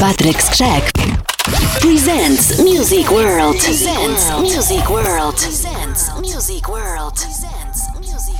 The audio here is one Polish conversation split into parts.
Patryk Skrzek presents Music World. Presents Music World. Presents Music World. Presents Music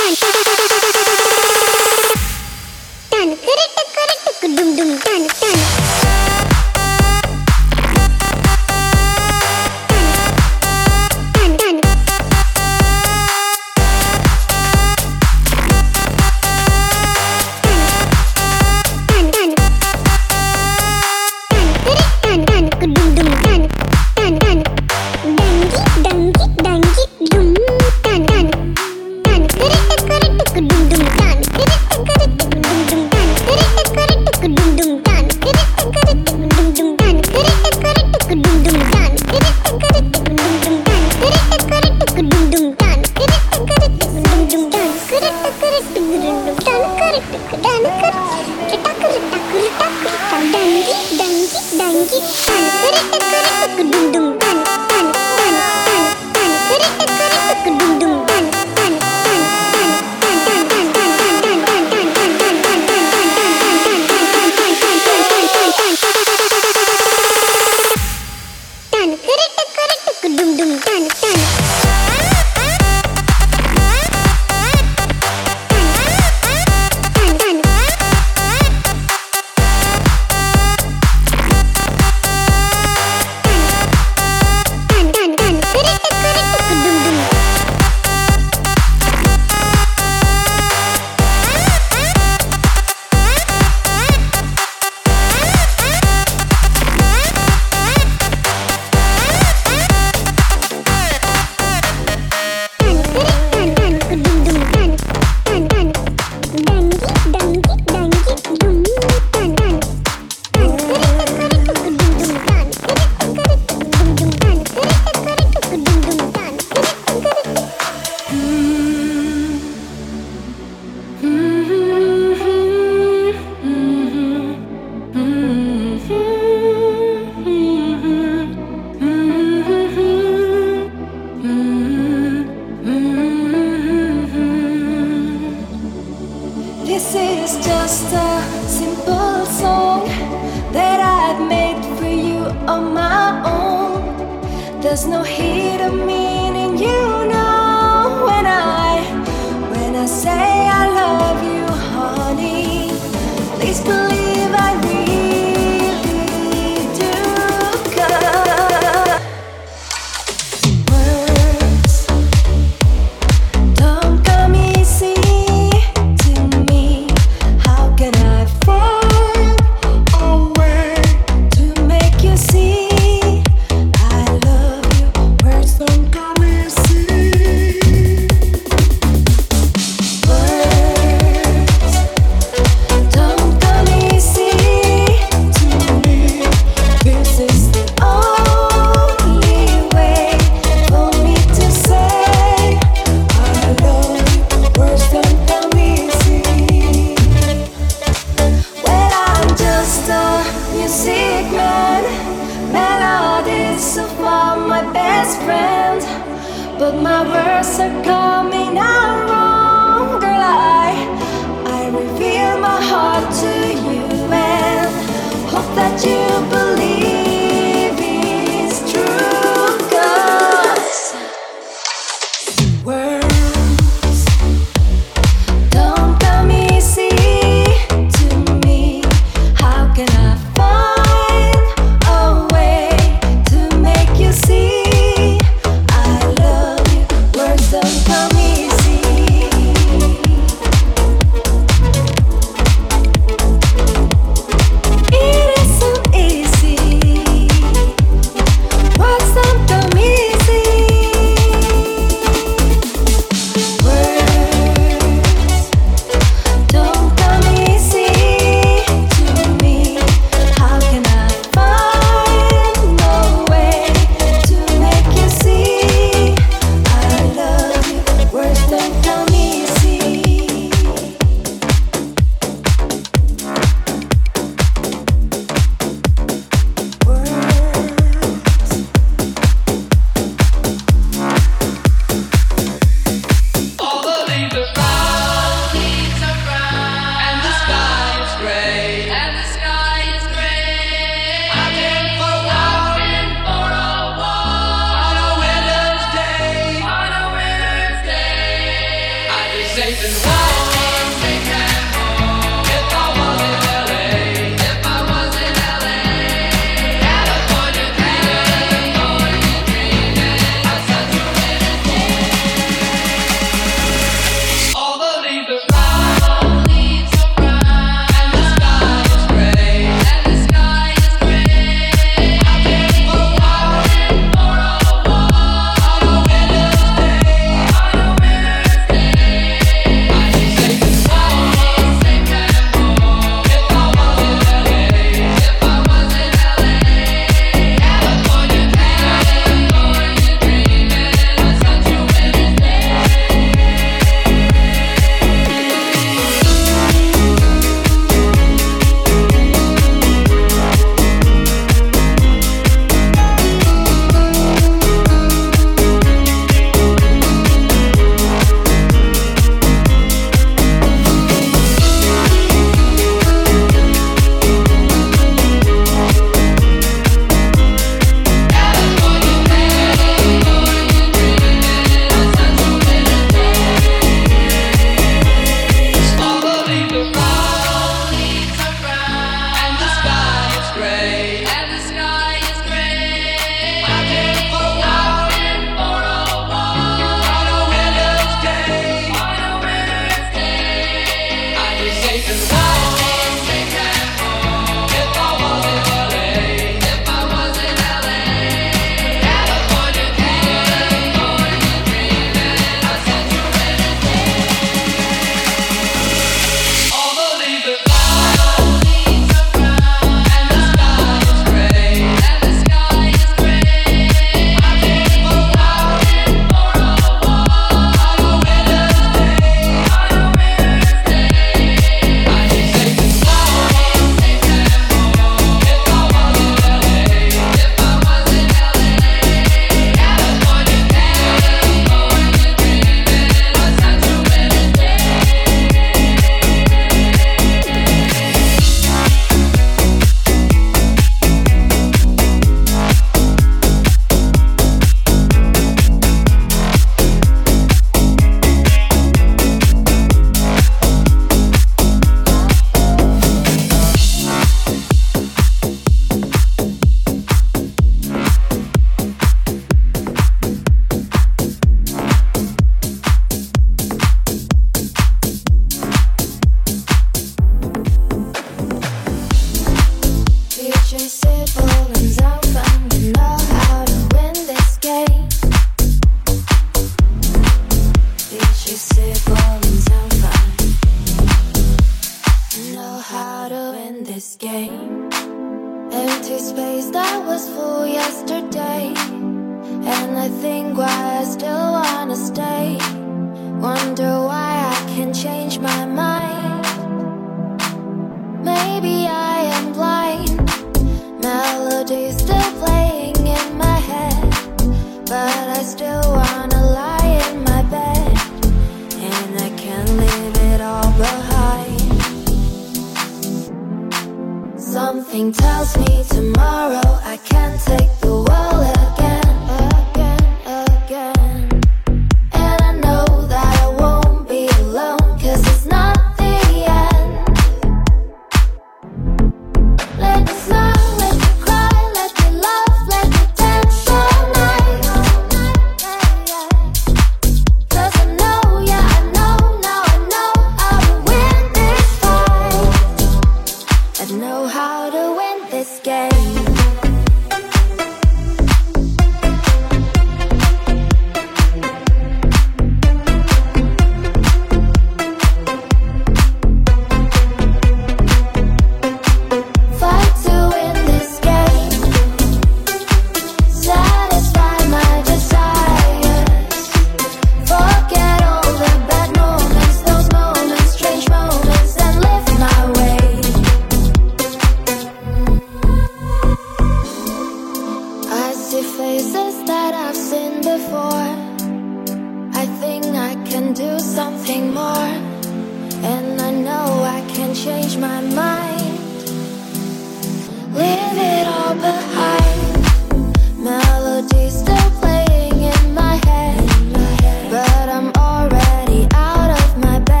But I'm already out of my bed.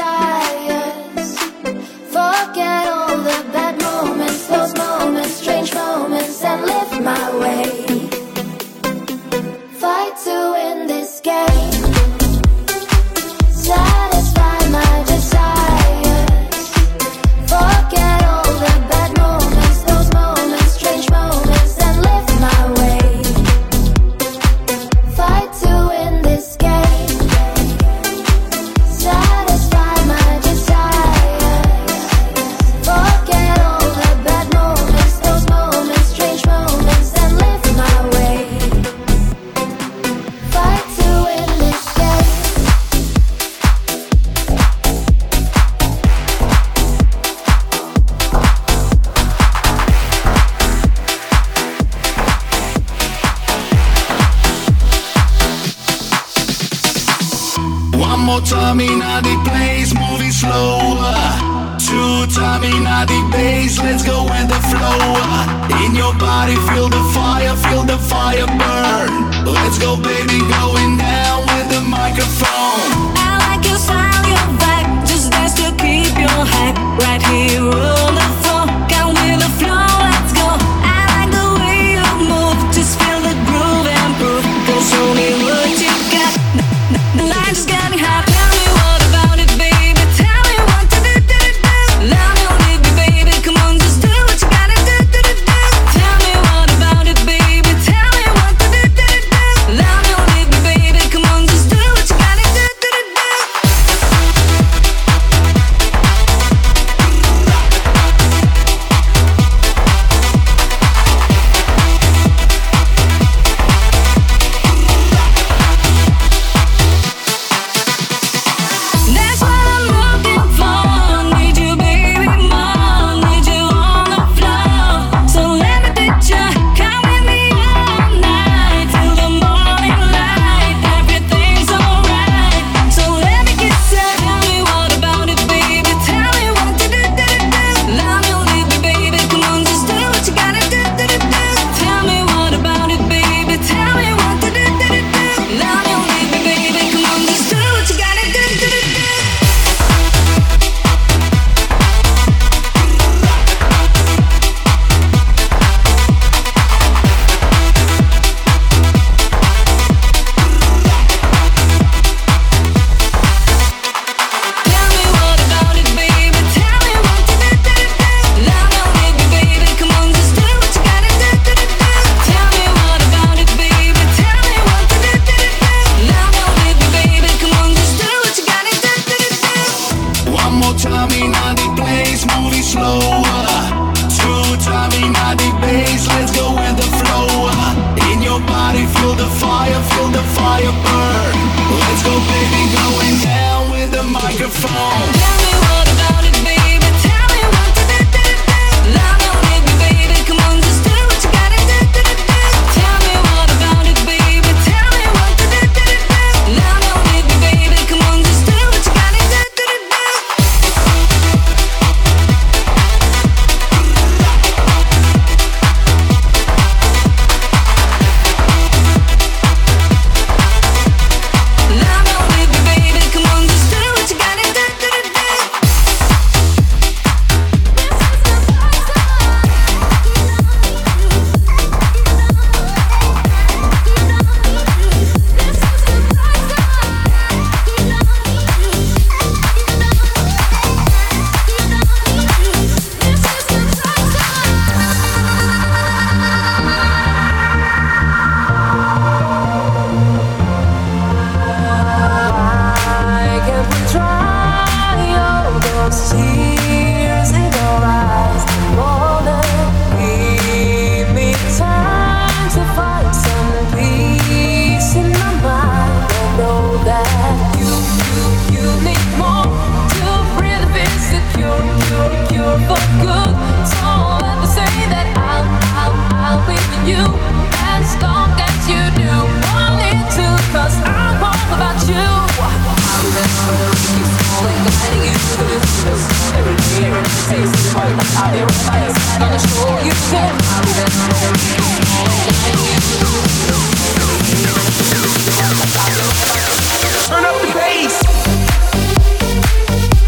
desires. Forget all the bad moments, those moments, strange moments, and live my way. Fight to win this game. Satisfy my desires. Forget all the bad moments, those moments, strange moments, and live my way. Fight to win this game. Satisfy my desires. Forget all the bad moments, those moments, strange moments, and live my way. Fight to win this game. One more time in the place, move it slower. Two time in the bass, let's go with the flow. In your body, feel the fire burn. Let's go, baby, going down with the microphone. I like your style, your vibe, just dance to keep your hype. Right here on the floor, come with the flow, let's go. I like the way you move, just feel the groove and prove. Go show me what you got. The light is getting hot. Tell me what about it, baby. Tell me what to do. Love me or leave me, baby. Come on, just do what you gotta do. Tell me what about it, baby. Tell me what to do. Love me or leave me, baby. Come on, just do what you gotta do. That's what I'm looking for. Need you, baby, more. Need you on the floor. So let me teach you. Come with me all night till the morning light. Everything's alright. So let me kiss you. Tell me what about it, baby. Tell me what to do. Love me or leave me, baby. Come on, just do what you gotta do. Tell me what about it, baby. Tell me what to do. Love me or leave me, baby. Come on, just do what you gotta do. Tell me what about it, baby. Tell me what to do. Love me or leave me, baby. Come on, just do what you gotta do. Tell me what about it, baby. Tell me what to do. Love me or leave me, baby. Come on, just do what you gotta do. One more time in the place, move it slower. Two time in the bass, let's go with the flow. In your body, feel the fire burn. Let's go, baby, going down with the microphone. Tell me what about it, baby. Tell me what to do. Love me or leave me, baby. Come on, just do what you gotta do. Tell me what about it, baby. Tell me what to do. Love me or leave me, baby. Come on, just do what you gotta do. Love me or leave me, baby. Come on, just do what you gotta do. I can try all those tears in your eyes. More than give me time to find some peace in my mind. I know that you need more to really be secure, pure for good. So let me say that I'll be with you as long as you do want it to. 'Cause I'm all about you. I'll be there for the keep falling, guiding you to the future. Every tear and every taste is part of the I'll be right by your side on the shore. You said I'll be there for the keep falling, guiding you to the future. Turn up the bass.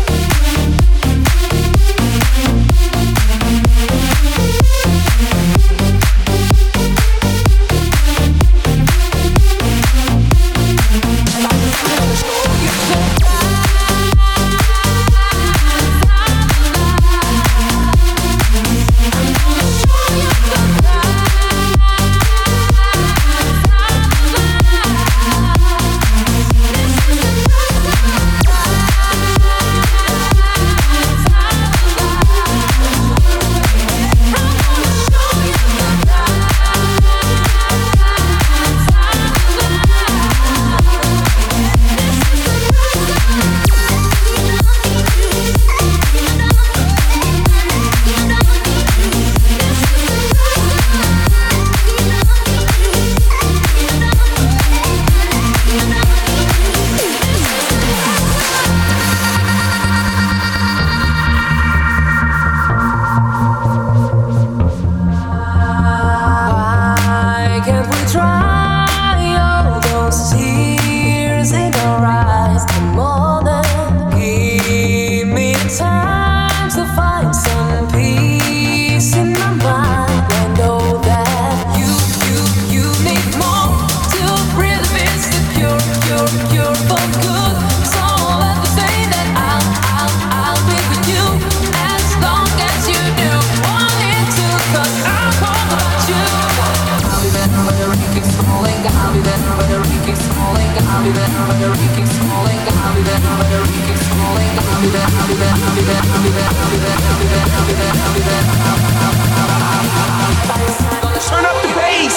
Turn up the bass.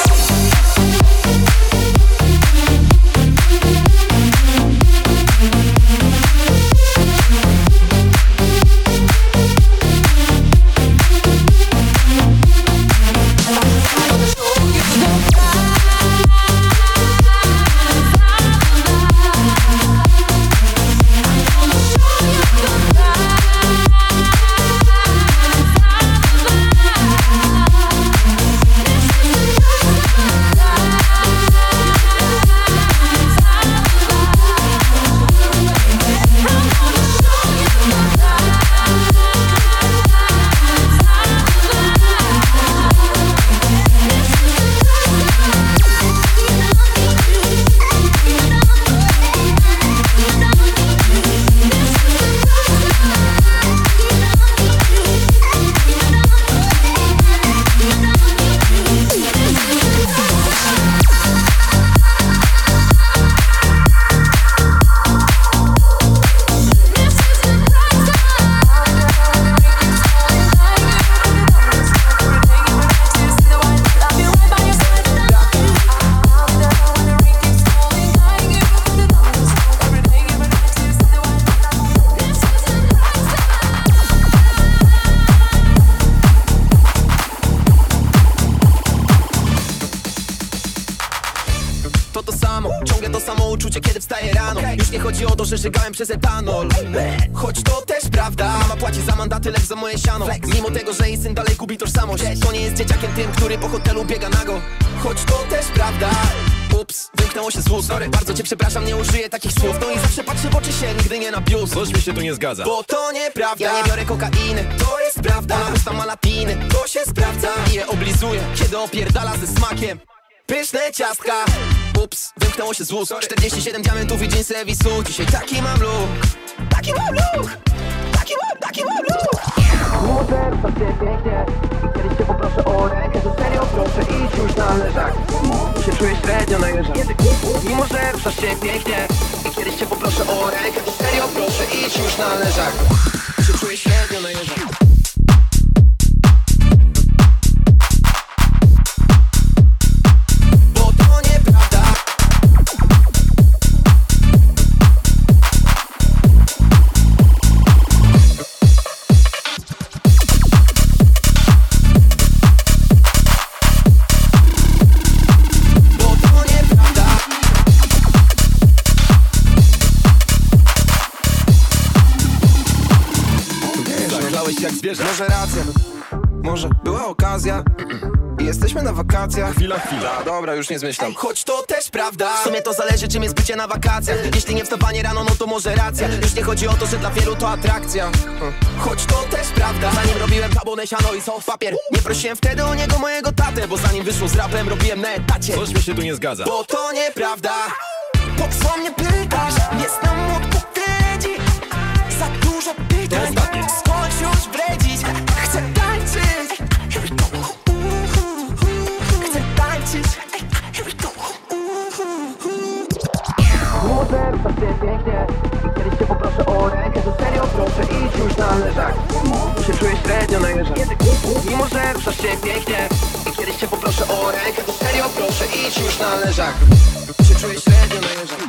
Że żygałem przez etanol. Choć to też prawda, mama płaci za mandaty, lecz za moje siano. Mimo tego, że jej syn dalej gubi tożsamość, to nie jest dzieciakiem tym, który po hotelu biega nago. Choć to też prawda. Ups, wymknęło się z ust. Bardzo cię przepraszam, nie użyję takich słów. No i zawsze patrzę w oczy się, nigdy nie na biust. Coś mi się tu nie zgadza. Bo to nieprawda, ja nie biorę kokainy. To jest prawda, ona usta ma latiny. To się sprawdza i je oblizuję, kiedy opierdala ze smakiem. Pyszne ciastka. Ups, wymknęło się z ust. 47 diamentów i jeansy Evisu. Dzisiaj taki mam look. Taki mam look. Taki mam look. Mimo serca cię pięknie i kiedyś cię poproszę o rękę. To serio proszę idź już na leżak. Się czuję średnio na jeżach. Mimo że ruszasz cię pięknie i kiedyś cię poproszę o rękę. To serio proszę idź już na leżak. Się czuję średnio na jeżach. Może racja, może była okazja i jesteśmy na wakacjach. Chwila. Dobra, już nie zmyślam. Choć to też prawda, w sumie to zależy czym jest bycie na wakacjach. Jeśli nie wstawanie rano, no to może racja. Już nie chodzi o to, że dla wielu to atrakcja. Choć to też prawda, zanim robiłem tabonę, siano i soft papier, nie prosiłem wtedy o niego mojego tatę, bo zanim wyszło z rapem, robiłem na etacie. Coś mi się tu nie zgadza. Bo to nieprawda. Po co mnie pytasz? Nie znam odpowiedzi. Za dużo pytań. Skończ już bredzić. Chcę tańczyć. Chcę tańczyć. Mimo serca cię pięknie i kiedyś cię poproszę o rękę. To serio proszę idź już na leżak. Się czuję średnio na jeżach. Mimo że ruszasz cię pięknie i kiedyś cię poproszę o rękę. To serio proszę idź już na leżak. Się czuję średnio na jeżach.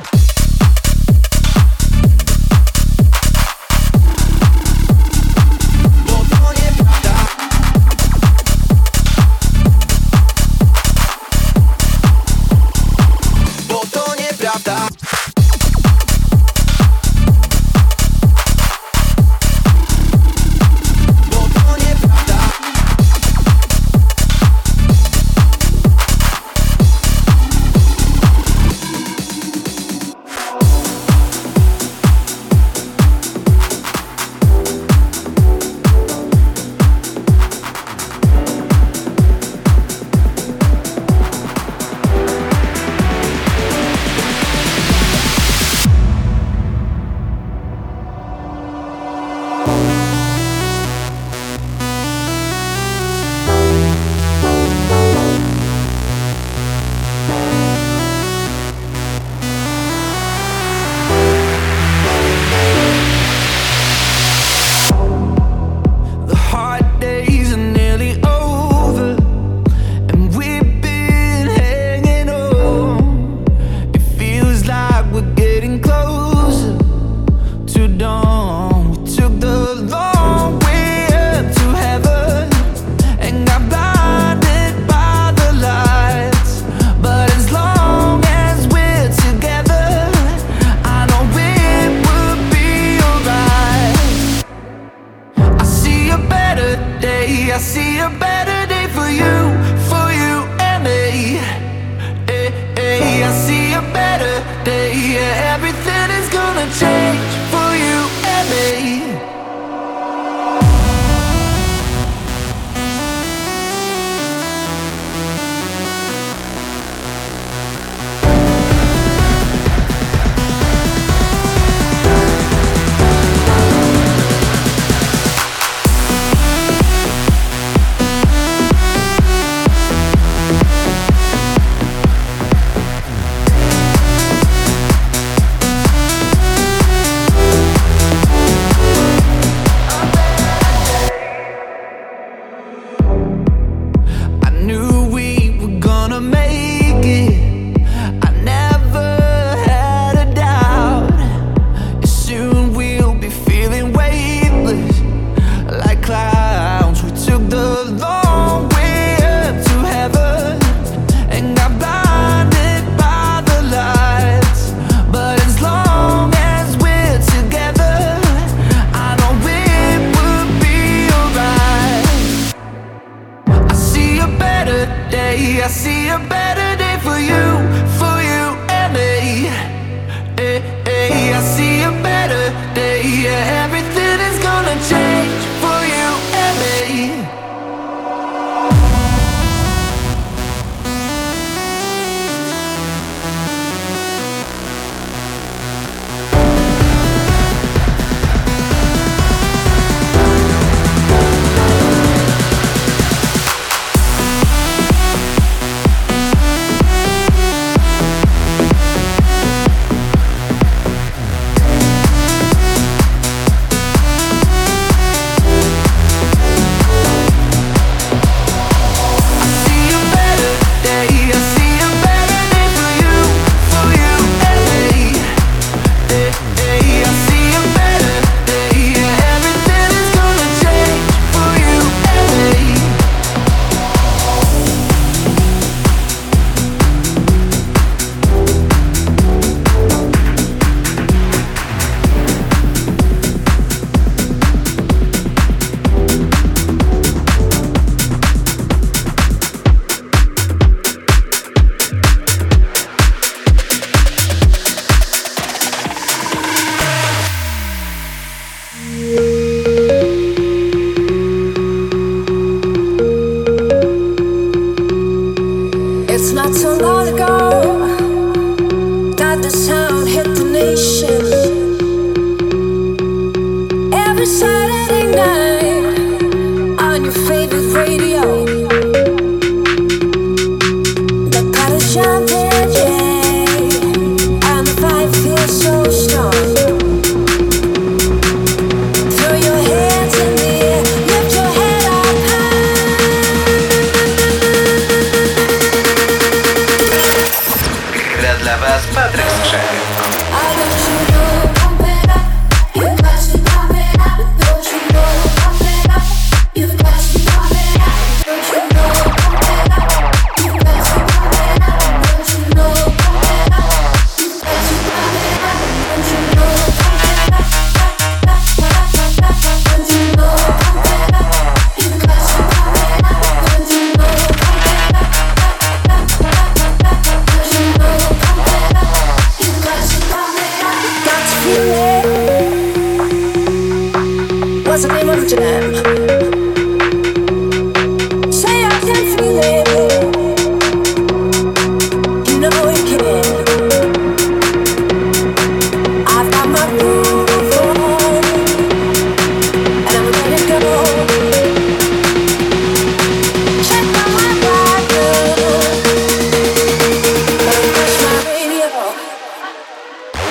I see a better day for you and me. I see a better day. Yeah, everything is gonna change for you and me. I see a better day for you and me. I see a better day. Yeah, everything is gonna change for you and me.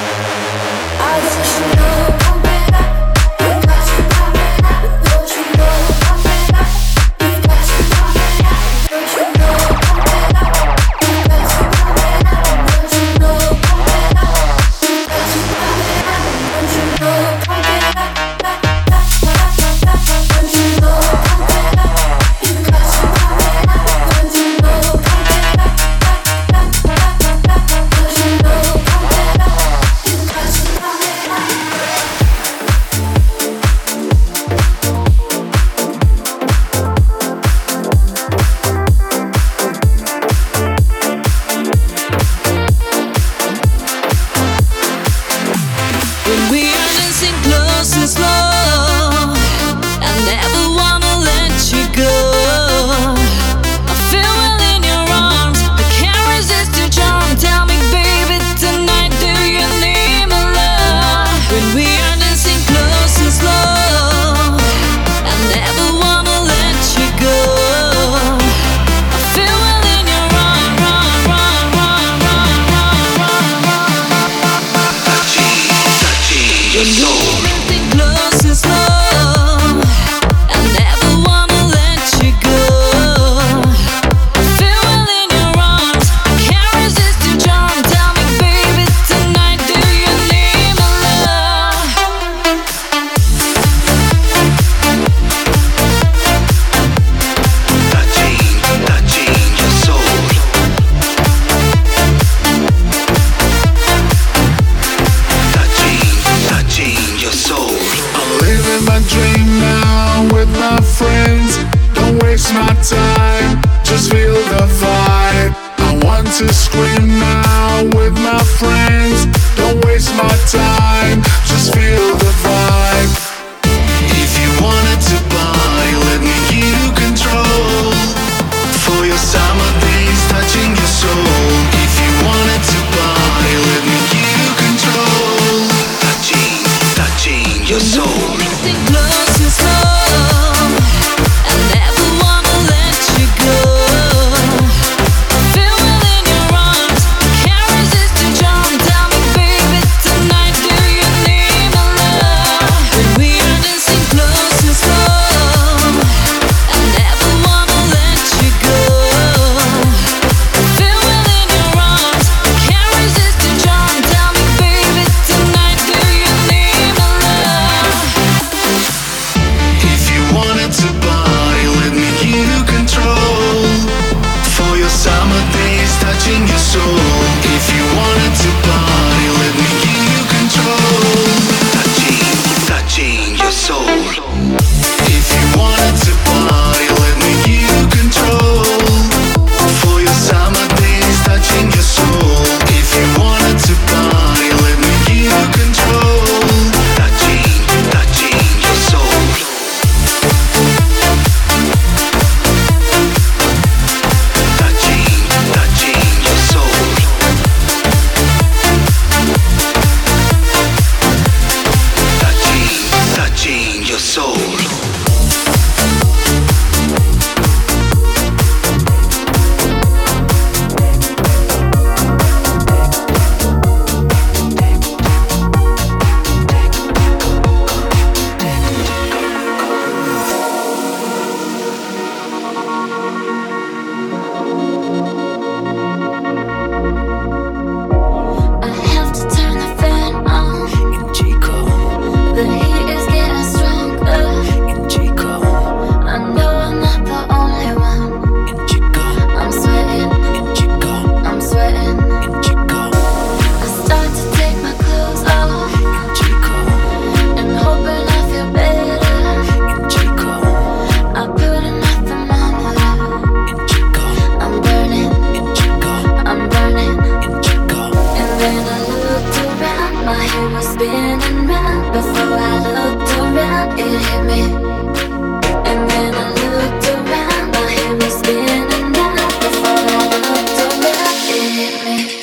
I just feel the vibe. I want to scream now with my friends. Don't waste my time, just feel the vibe. If you wanted to buy, let me give you control. For your summer days, touching your soul. If you wanted to buy, let me give you control. Touching your soul. Listen close and slow. I never wanna let you go. Feel within your arms, can't resist the charm. Tell me, baby, tonight, do you need my love? When we are dancing close and slow, I never wanna let you go. Feel within your arms, can't resist the charm. Tell me, baby, tonight, do you need my love? If you wanted to buy, let me give you control. For your summer days, touching your soul. If you wanted to buy, let me give you control. Touching your soul. If you wanted to buy, let me give you control. For your summer days, touching your soul. If you wanted to buy, let me give you control. Touching your soul. Touching your soul. Touching your soul. I have to turn the fan on. The heat is getting stronger. I know I'm not the only one. I'm sweating. I start to take my clothes off and hoping I feel better. I put in my thermometer. I'm burning. And then I looked around, my head was spinning round. Before I looked around, it hit me. And then I looked around, my head was spinning round. Before I looked around, it hit me.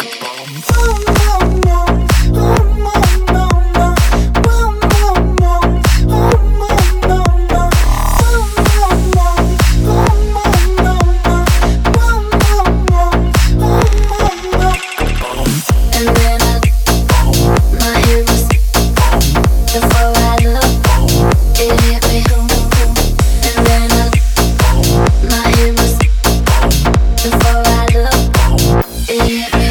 And then my head was before I looked, it hit me. And then my head was before I looked, it hit me.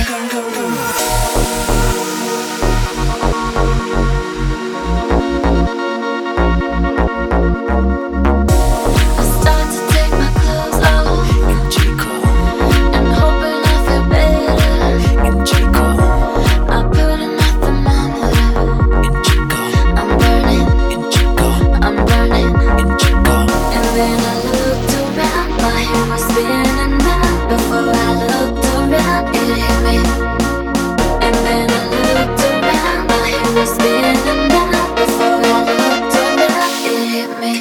I start to take my clothes off and hoping I feel better. I put in my thermometer. I'm burning. And then I looked around, my head was spinning round. Before I looked around, it hit me. And then I looked around, my head was spinning round. Before I looked around, it hit me.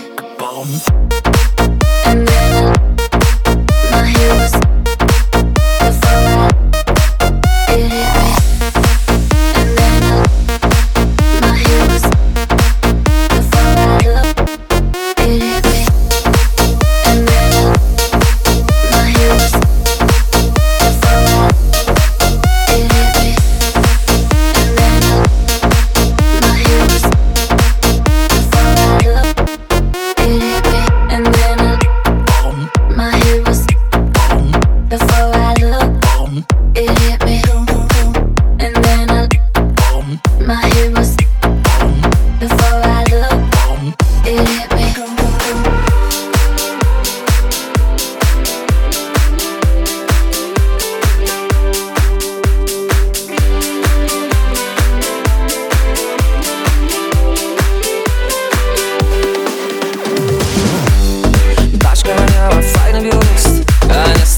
And then my head was before it hit me. And then my head was before I looked, it hit me. And then my head was before it hit me. And then my head was before I looked, it hit me. And then my head was before I looked, it hit me. And then my head was before I looked, it hit me. Baszka miała fajny biust, a nie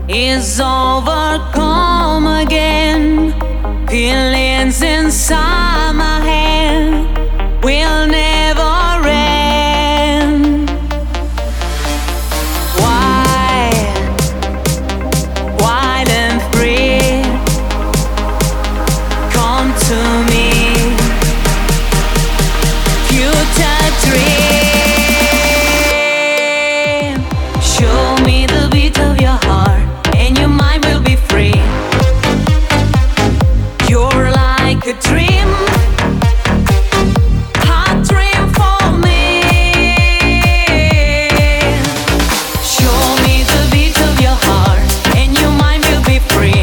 is overcome again. Feelings inside my head will never end. Wild and free, come to me. Future dream, show me the beat of your heart, and your mind will be free. You're like a dream, hot dream for me. Show me the beat of your heart, and your mind will be free.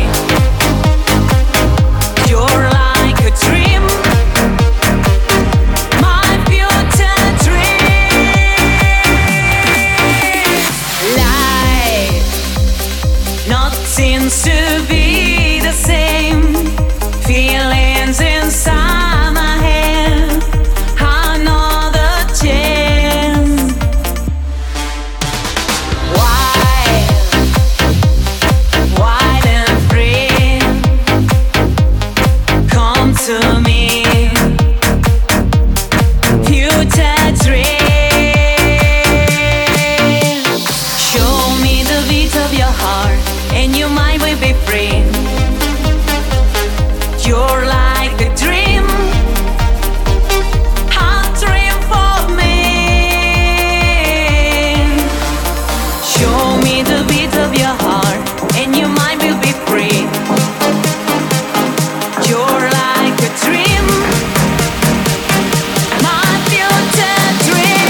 You're like a dream, my future dream. Life not seems to be the same. Feelings inside my head, another chance. Wild and free, come to me. Future dream, show me the beat of your heart, and your mind will be free. You're like a dream, hot dream for me. Show me the beat of your heart, and your mind will be free. You're like a dream, my future dream.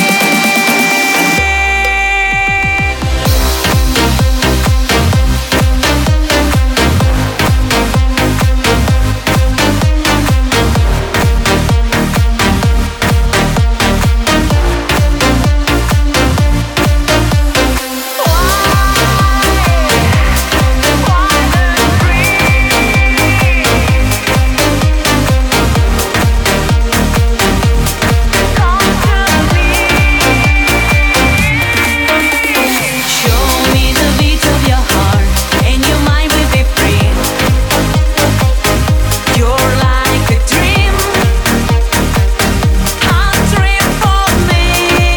Show me the beat of your heart, and your mind will be free. You're like a dream, hot dream for me.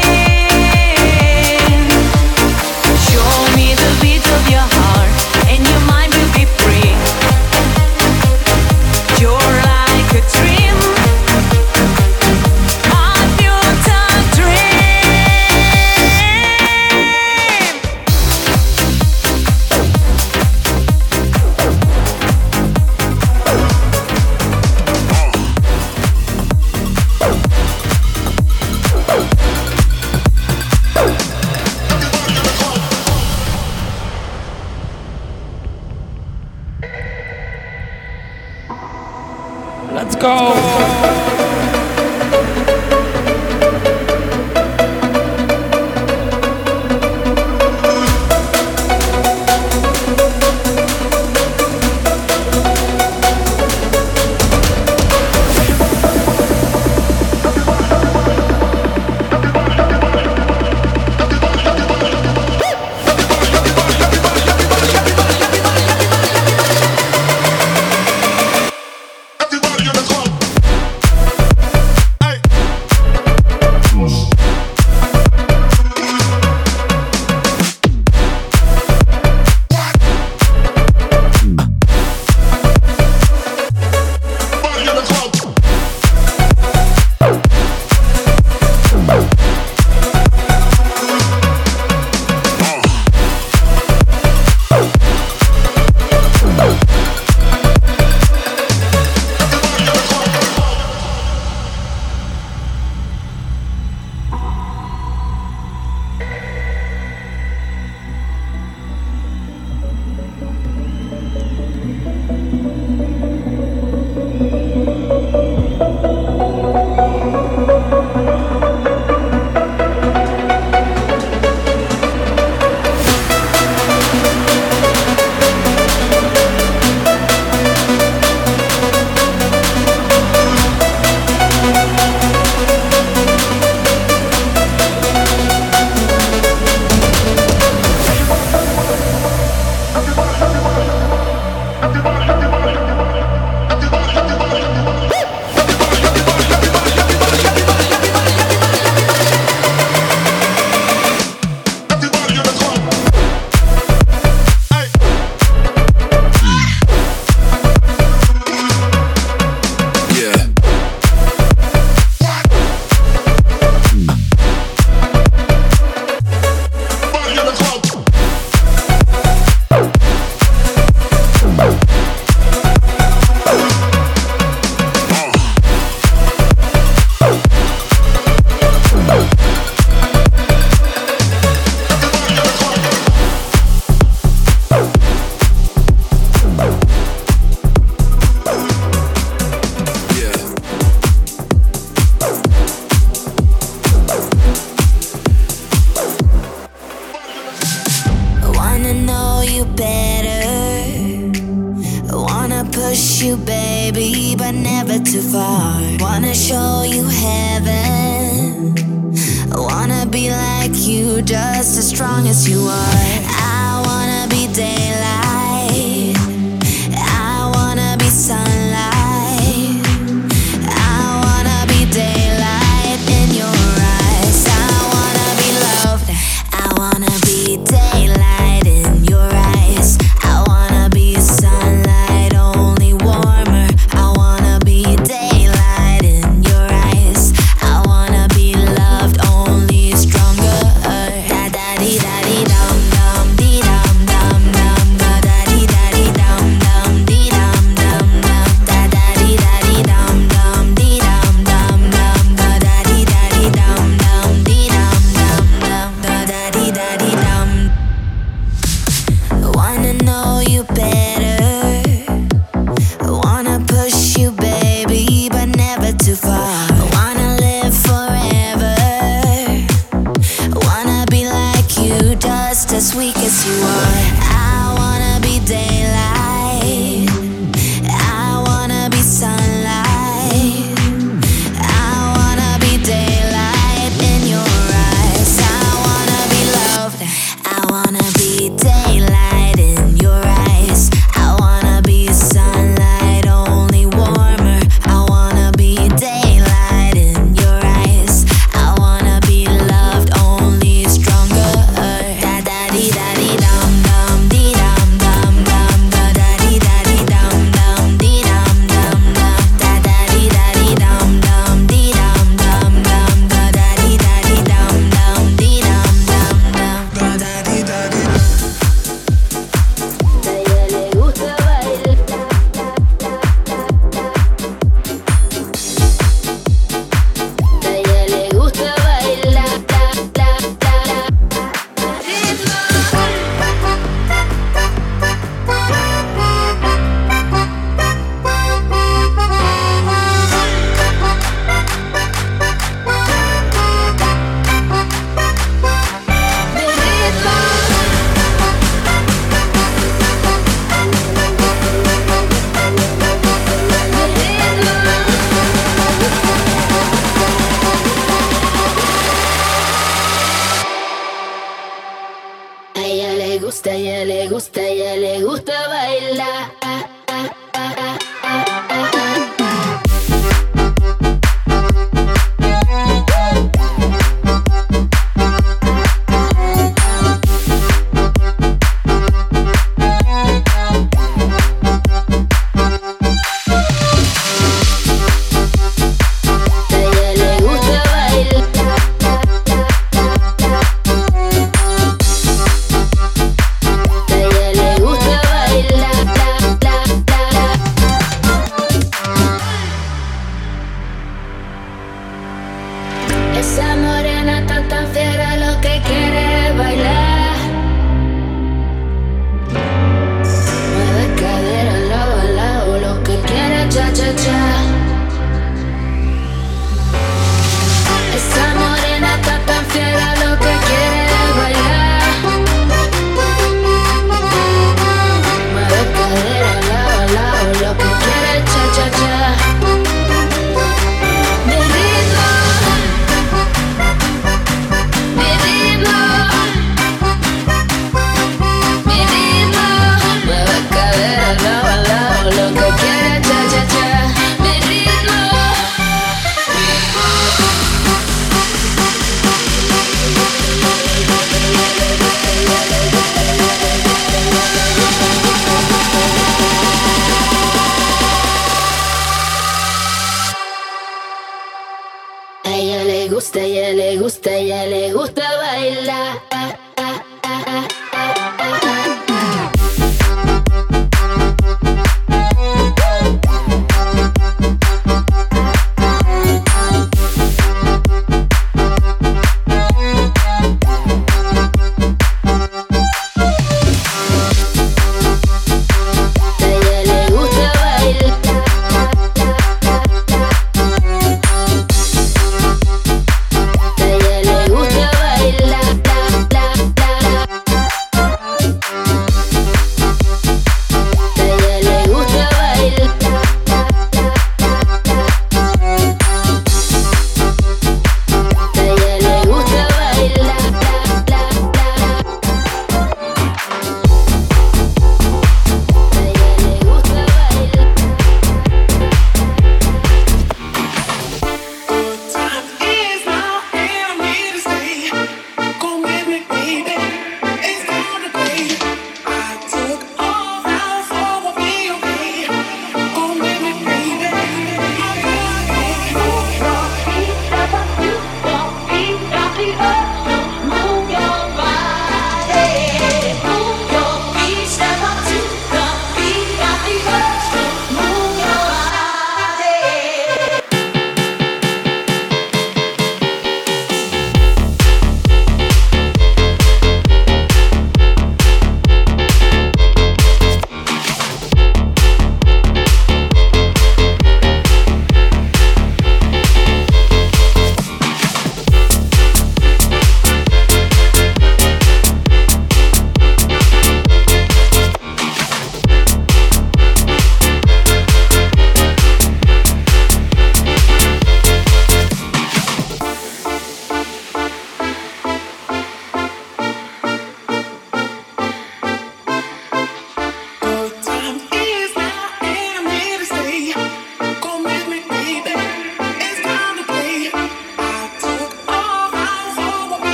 Show me the beat of your heart, and your mind will be free. You're like a dream, my future dream. Let's go. Everybody in the club. la gusta, ella le gusta, ella le gusta bailar. A ella le gusta bailar.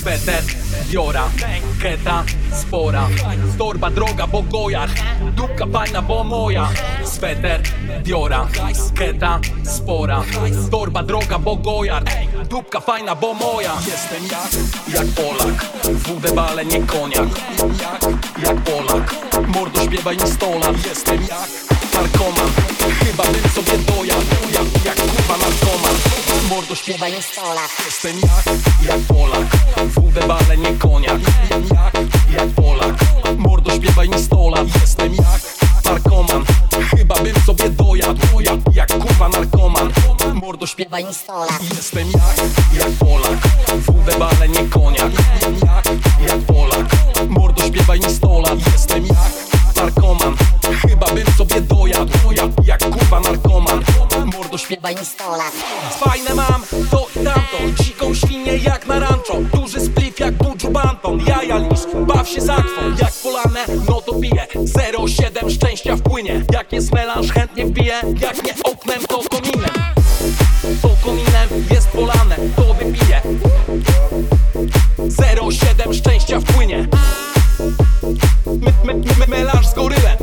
Sweter, Diora, keta, spora. Torba droga, bo gojar. Dupka fajna, bo moja. Sweter, Diora, keta, spora. Torba droga, bo gojar. Dupka fajna, bo moja. Jestem jak Polak. WD bale, nie koniak. Jak Polak. Mordo śpiewaj mi stola. Jestem jak narkoman. Chyba bym sobie dojadł. Jak kurwa narkoman. Mordo śpiewaj mi stola. Jestem jak Polak. WD bale, nie koniak. Jak Polak. Mordo śpiewaj mi stola. Jestem jak narkoman. Chyba bym sobie dojadł. Jak kurwa narkoman. Mordo śpiewaj mi stola. Jestem jak Polak. WD bale, nie koniak. Jak Polak. Mordo śpiewaj mi stola. Jestem jak narkoman. Chyba bym sobie dojadł. Jak kurwa narkoman. Mordo śpiewaj mi stola. Fajne mam to i tamto. Dziką świnię jak na rancho. Duży spliff jak Buju Banton. Jaja lisz, baw się zakwą. Jak polane, no to piję. 0,7 szczęścia wpłynie. Jak jest melanż, chętnie wbiję. Jak nie oknem, to kominem. To kominem jest polane, to wypiję. 0,7 szczęścia wpłynie. Melanż z gorylem.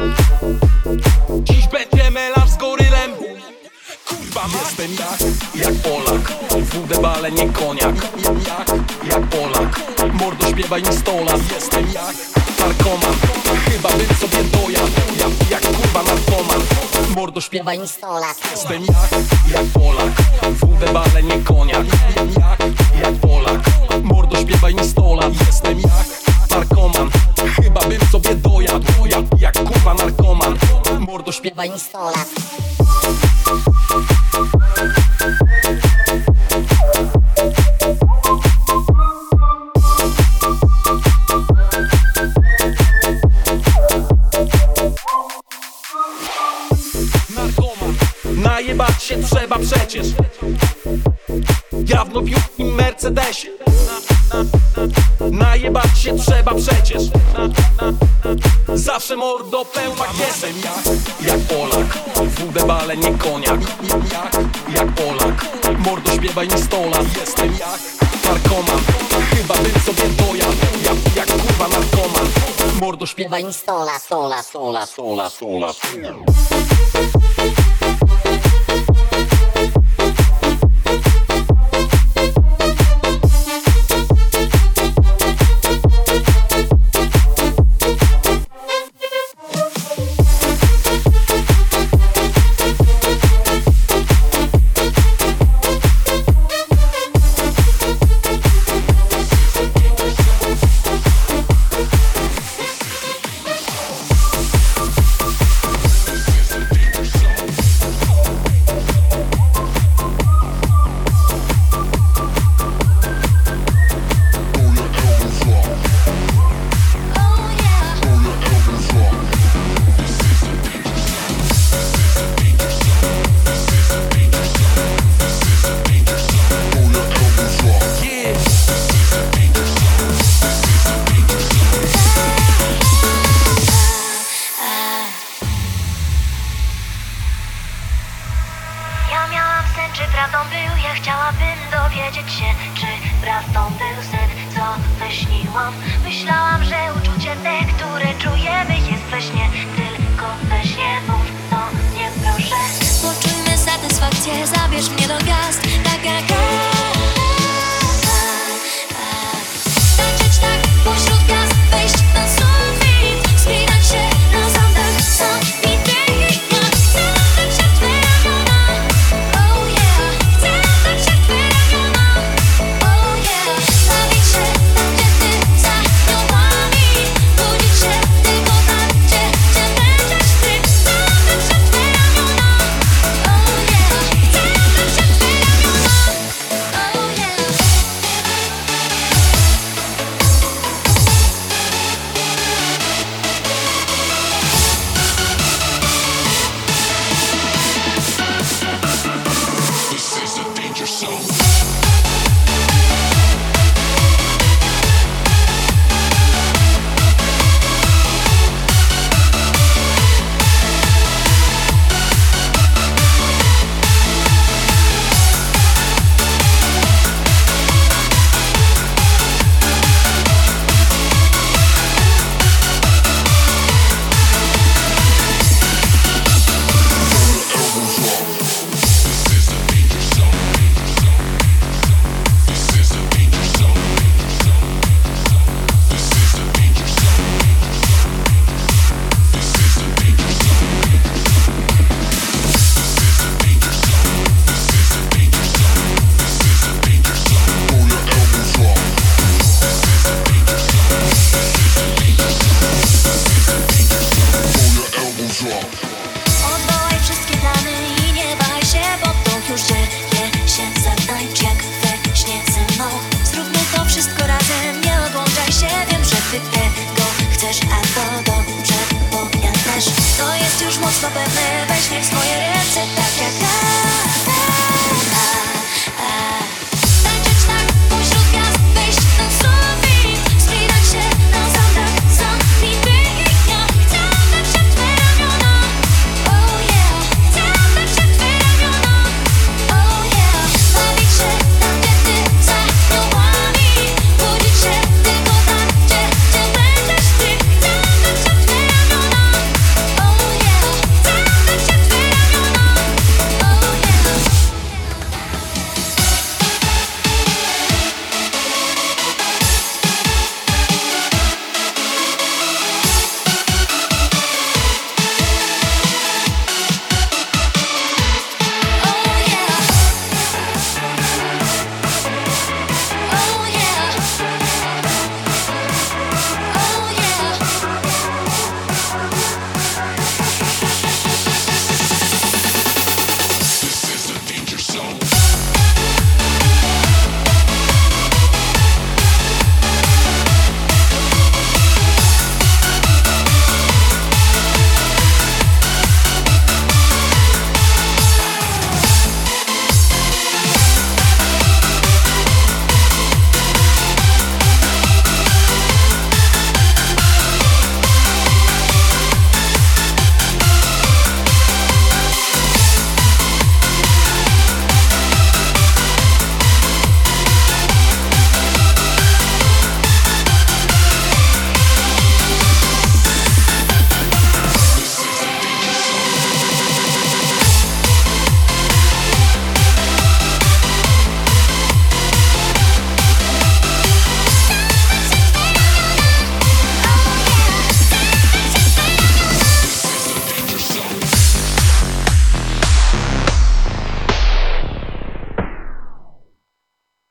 Dziś będzie melanż z gorylem. Kurwa, jestem jak Polak. WD bale, nie koniak. Jak Polak. Mordo śpiewaj mi stola. Jestem jak narkoman. Chyba bym sobie dojadł. Jak kurwa narkoman. Mordo śpiewaj mi stola. Jestem jak Polak. WD bale, nie koniak. Jak Polak. Mordo śpiewaj mi stola. Jestem jak narkoman. Chyba bym sobie dojadł. Jak kurwa narkoman. Mordo śpiewaj mi stola. Narkoman. Najebać się trzeba przecież. Ja w nowiutkim Mercedesie. Najebać się trzeba przecież. Zawsze mordo pełna kieszeń. Jak Polak. WD bale, nie koniak. Jak Polak. Mordo śpiewaj mi stola. Jestem jak narkoman. Chyba bym sobie dojadł. Jak kurwa narkoman. Mordo śpiewaj mi stola. Stola, stola, stola, stola, stola. mocno pewny, weź mnie w swoje ręce, tak jak